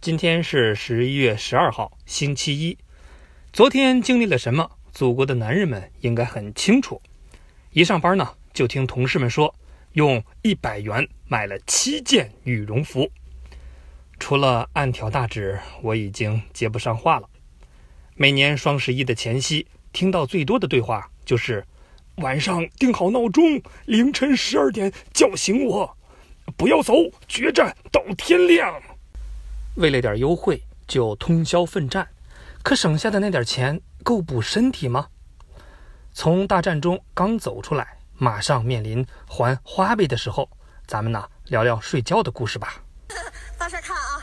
今天是11月12号，星期一。昨天经历了什么？祖国的男人们应该很清楚。一上班呢，就听同事们说，用100元买了7件羽绒服。除了暗挑大指，我已经接不上话了。每年双11的前夕，听到最多的对话就是晚上定好闹钟，凌晨12点叫醒我，不要走，决战到天亮。为了点优惠就通宵奋战，可省下的那点钱够补身体吗？从大战中刚走出来，马上面临还花呗的时候，咱们呢聊聊睡觉的故事吧。 大帅看啊，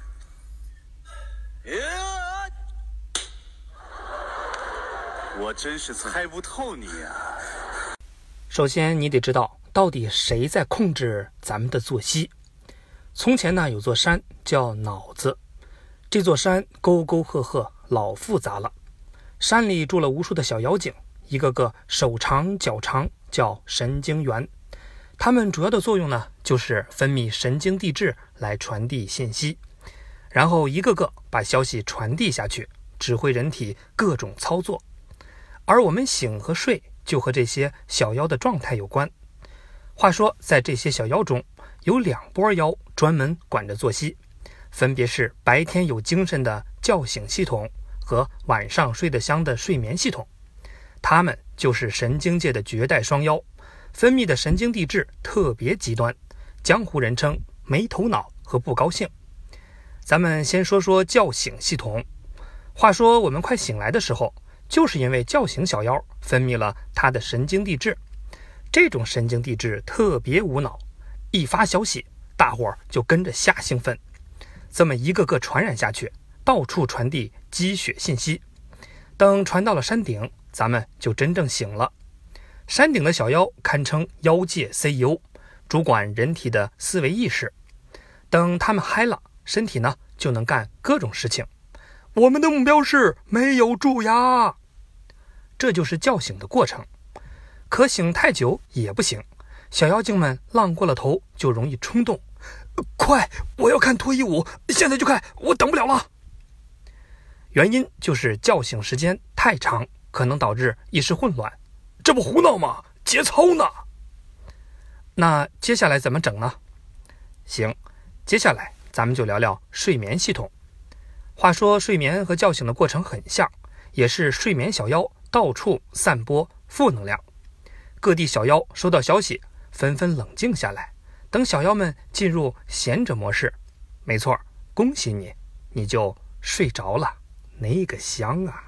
我真是猜不透你呀。 首先你得知道到底谁在控制咱们的作息。从前呢有座山叫脑子，这座山沟沟壑壑老复杂了，山里住了无数的小妖精，一个个手长脚长，叫神经元。它们主要的作用呢就是分泌神经递质来传递信息，然后一个个把消息传递下去，指挥人体各种操作。而我们醒和睡就和这些小妖的状态有关。话说在这些小妖中有2波妖专门管着作息，分别是白天有精神的叫醒系统和晚上睡得香的睡眠系统。它们就是神经界的绝代双妖，分泌的神经递质特别极端，江湖人称没头脑和不高兴。咱们先说说叫醒系统。话说我们快醒来的时候，就是因为叫醒小妖分泌了它的神经递质。这种神经递质特别无脑，一发消息大伙儿就跟着瞎兴奋，这么一个个传染下去，到处传递鸡血信息。等传到了山顶，咱们就真正醒了。山顶的小妖堪称妖界 CEO， 主管人体的思维意识。等他们嗨了，身体呢就能干各种事情。我们的目标是没有蛀牙，这就是叫醒的过程。可醒太久也不行，小妖精们浪过了头就容易冲动。快，我要看脱衣舞，现在就看，我等不了了。原因就是叫醒时间太长，可能导致一时混乱。这不胡闹吗？节操呢？那接下来怎么整呢？行，接下来咱们就聊聊睡眠系统。话说睡眠和叫醒的过程很像，也是睡眠小妖到处散播负能量。各地小妖收到消息，纷纷冷静下来，等小妖们进入闲者模式。没错，恭喜你，你就睡着了，那个香啊！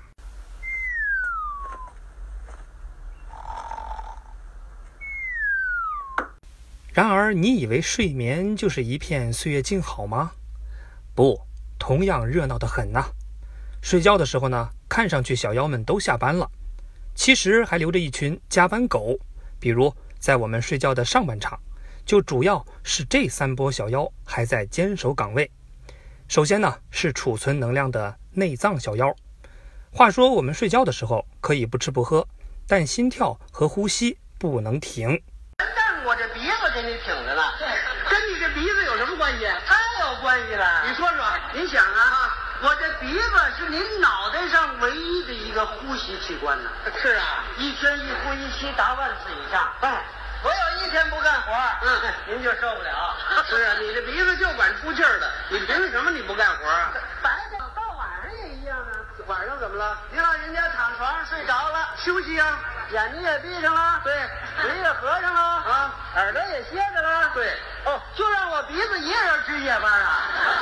然而，你以为睡眠就是一片岁月静好吗？不，同样热闹得很呐。睡觉的时候呢，看上去小妖们都下班了，其实还留着一群加班狗。比如在我们睡觉的上半场，就主要是这3波小妖还在坚守岗位。首先呢，是储存能量的内脏小妖。话说我们睡觉的时候可以不吃不喝，但心跳和呼吸不能停。 但我这鼻子给你挺着呢，跟你这鼻子有什么关系？太有关系了。你说说，您想啊，我这鼻子是您脑袋上唯一的一个呼吸器官呢。是啊，一天一呼一吸达万次以上。哎，我有一天不干活，您就受不了。是啊，你这鼻子就管出气儿的，你凭什么你不干活啊？白天到晚上也一样啊。晚上怎么了？您老人家躺床上睡着了，休息啊，眼睛也闭上了，对，嘴也合上了啊，耳朵也歇着了，对。哦，就让我鼻子一个人值夜班啊。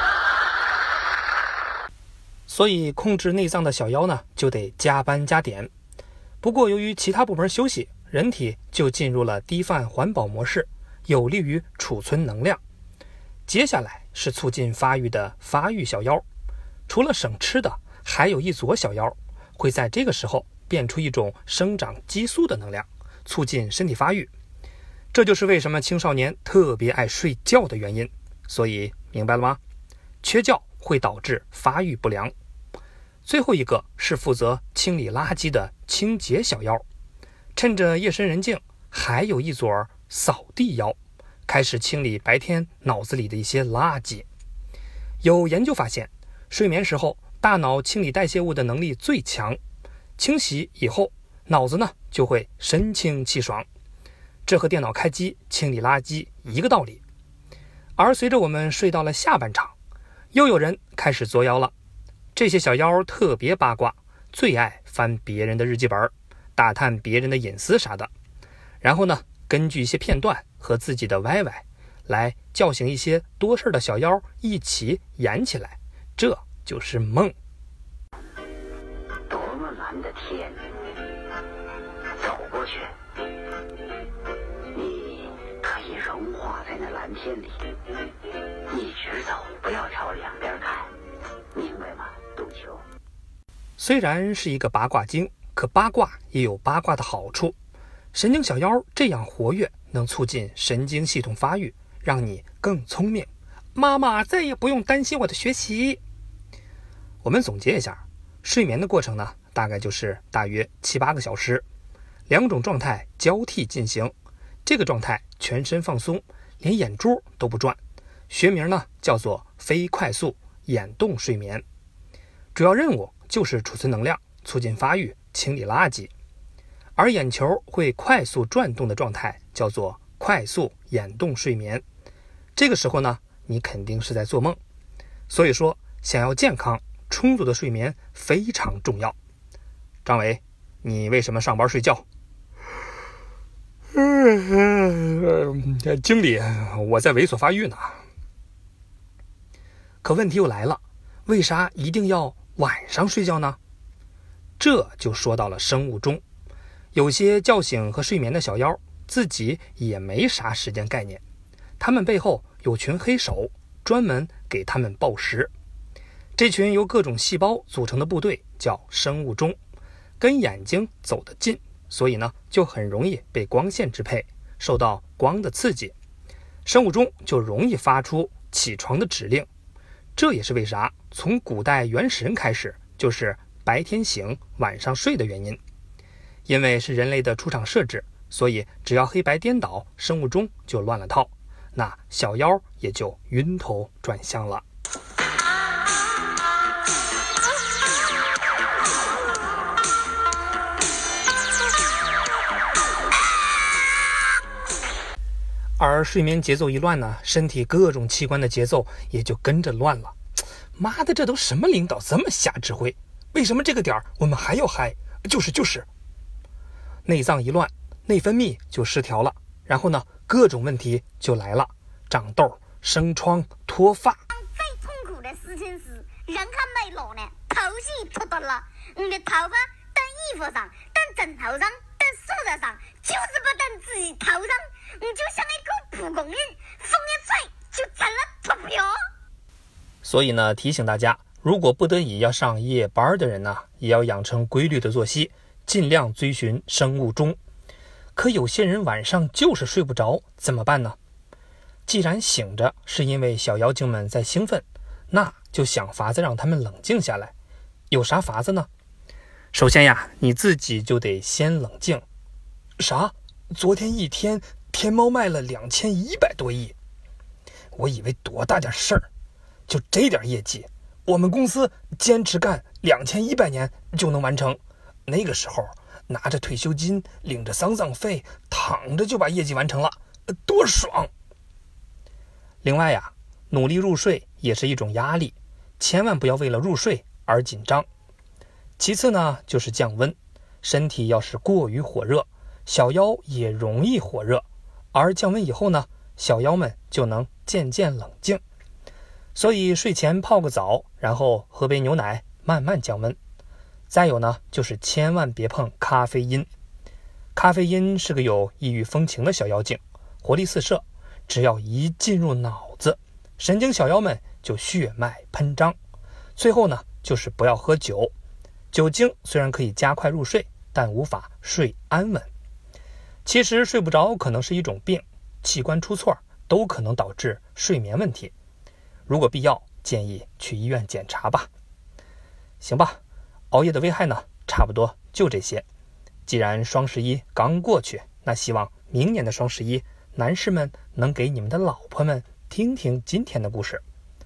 所以控制内脏的小妖呢，就得加班加点。不过由于其他部门休息，人体就进入了低碳环保模式，有利于储存能量。接下来是促进发育的发育小妖，除了省吃的，还有一撮小妖会在这个时候变出一种生长激素的能量，促进身体发育。这就是为什么青少年特别爱睡觉的原因。所以明白了吗？缺觉会导致发育不良。最后一个是负责清理垃圾的清洁小妖，趁着夜深人静，还有一撮扫地妖，开始清理白天脑子里的一些垃圾。 有研究发现，睡眠时候大脑清理代谢物的能力最强，清洗以后脑子呢就会神清气爽，这和电脑开机清理垃圾一个道理。而随着我们睡到了下半场，又有人开始作妖了。这些小妖特别八卦，最爱翻别人的日记本，打探别人的隐私啥的，然后呢根据一些片段和自己的歪歪来叫醒一些多事的小妖，一起演起来，这就是梦。 多么蓝的天，走过去，你可以融化在那蓝天里，一直走，不要朝两边看，明白吗，杜秋？ 虽然是一个八卦经，可八卦也有八卦的好处。神经小妖这样活跃，能促进神经系统发育，让你更聪明。妈妈再也不用担心我的学习。我们总结一下，睡眠的过程呢，大概就是大约7-8个小时，两种状态交替进行。这个状态全身放松，连眼珠都不转，学名呢叫做非快速眼动睡眠。主要任务就是储存能量，促进发育，清理垃圾。而眼球会快速转动的状态叫做快速眼动睡眠。这个时候呢，你肯定是在做梦。所以说，想要健康充足的睡眠非常重要。张伟，你为什么上班睡觉？经理，我在猥琐发育呢。可问题又来了，为啥一定要晚上睡觉呢？这就说到了生物钟。有些觉醒和睡眠的小妖自己也没啥时间概念，他们背后有群黑手专门给他们报时。这群由各种细胞组成的部队叫生物钟，跟眼睛走得近，所以呢就很容易被光线支配，受到光的刺激，生物钟就容易发出起床的指令。这也是为啥从古代原始人开始就是白天醒晚上睡的原因。因为是人类的出厂设置，所以只要黑白颠倒，生物钟就乱了套，那小妖也就晕头转向了。而睡眠节奏一乱呢，身体各种器官的节奏也就跟着乱了。妈的，这都什么领导这么瞎指挥？为什么这个点我们还要嗨？就是内脏一乱，内分泌就失调了，然后呢各种问题就来了，长痘、生疮、脱发。 最痛苦的事情是人还没老呢，头绪脱掉了，你的头发等衣服上，等枕头上，等梳子上，就是不等自己头上，你就像一股蒲公英，风一吹就成了秃瓢。 所以呢，提醒大家，如果不得已要上夜班的人呢，也要养成规律的作息，尽量遵循生物钟。可有些人晚上就是睡不着，怎么办呢？既然醒着是因为小妖精们在兴奋，那就想法子让他们冷静下来。有啥法子呢？首先呀，你自己就得先冷静。啥？昨天一天天猫卖了2100多亿，我以为多大点事儿，就这点业绩，我们公司坚持干2100年就能完成。那个时候拿着退休金，领着丧葬费，躺着就把业绩完成了，多爽。另外呀，努力入睡也是一种压力，千万不要为了入睡而紧张。其次呢，就是降温，身体要是过于火热，小妖也容易火热，而降温以后呢，小妖们就能渐渐冷静。所以睡前泡个澡，然后喝杯牛奶，慢慢降温。再有呢，就是千万别碰咖啡因。咖啡因是个有异域风情的小妖精，活力四射，只要一进入脑子，神经小妖们就血脉喷张。最后呢，就是不要喝酒。酒精虽然可以加快入睡，但无法睡安稳。其实睡不着可能是一种病，器官出错都可能导致睡眠问题。如果必要，建议去医院检查吧。行吧，熬夜的危害呢，差不多就这些。既然双11刚过去，那希望明年的双11，男士们能给你们的老婆们听听今天的故事。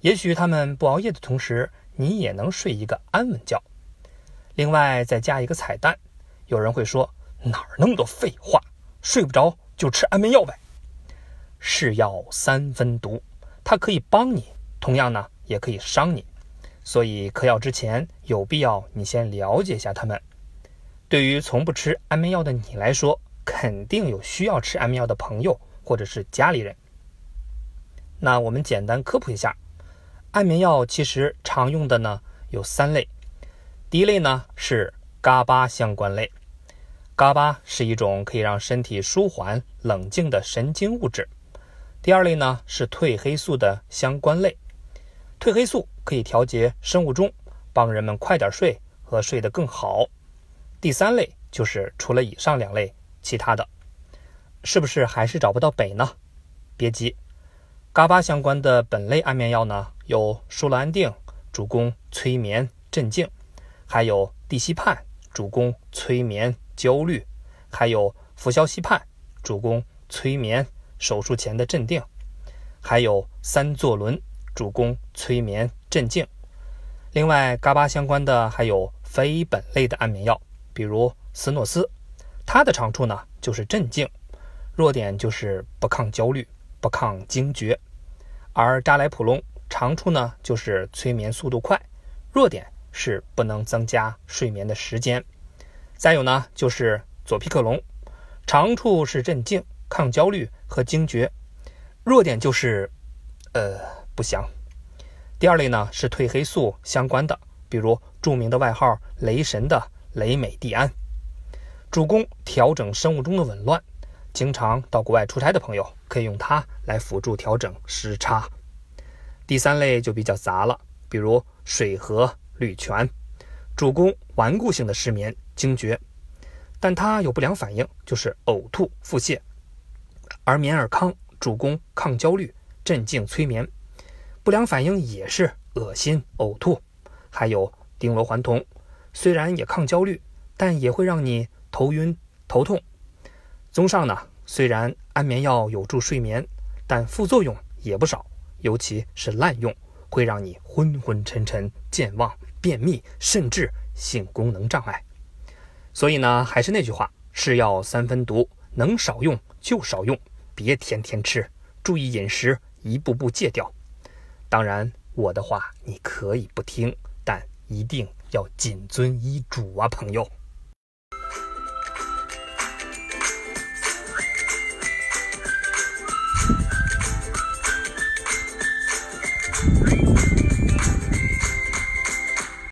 也许他们不熬夜的同时，你也能睡一个安稳觉。另外再加一个彩蛋，有人会说，哪儿那么多废话，睡不着就吃安眠药呗。是药三分毒，它可以帮你，同样呢也可以伤你，所以嗑药之前有必要你先了解一下它们。对于从不吃安眠药的你来说，肯定有需要吃安眠药的朋友或者是家里人。那我们简单科普一下，安眠药其实常用的呢有3类。第一类呢是嘎巴相关类，嘎巴是一种可以让身体舒缓冷静的神经物质。第二类呢是褪黑素的相关类，褪黑素可以调节生物钟，帮人们快点睡和睡得更好。第三类就是除了以上2类其他的。是不是还是找不到北呢？别急，嘎巴相关的本类安眠药呢有舒乐安定，主攻催眠镇静，还有地西泮，主攻催眠焦虑，还有氟硝西泮，主攻催眠手术前的镇定，还有三唑仑，主攻催眠镇静。另外嘎巴相关的还有非本类的安眠药，比如斯诺斯，它的长处呢就是镇静，弱点就是不抗焦虑，不抗惊厥。而扎来普隆长处呢就是催眠速度快，弱点是不能增加睡眠的时间。再有呢就是佐匹克隆，长处是镇静、抗焦虑和惊厥，弱点就是不详。第二类呢是褪黑素相关的，比如著名的外号雷神的雷美地安，主攻调整生物钟的紊乱，经常到国外出差的朋友可以用它来辅助调整时差。第三类就比较杂了，比如水合氯醛，主攻顽固性的失眠惊厥，但它有不良反应，就是呕吐腹泻。而棉尔康主攻抗焦虑镇静催眠，不良反应也是恶心呕吐。还有丁罗环酮，虽然也抗焦虑，但也会让你头晕头痛。综上呢，虽然安眠药有助睡眠，但副作用也不少，尤其是滥用，会让你昏昏沉沉、健忘、便秘，甚至性功能障碍。所以呢，还是那句话，是药三分毒，能少用就少用，别天天吃，注意饮食，一步步戒掉。当然，我的话你可以不听，但一定要谨遵医嘱啊，朋友。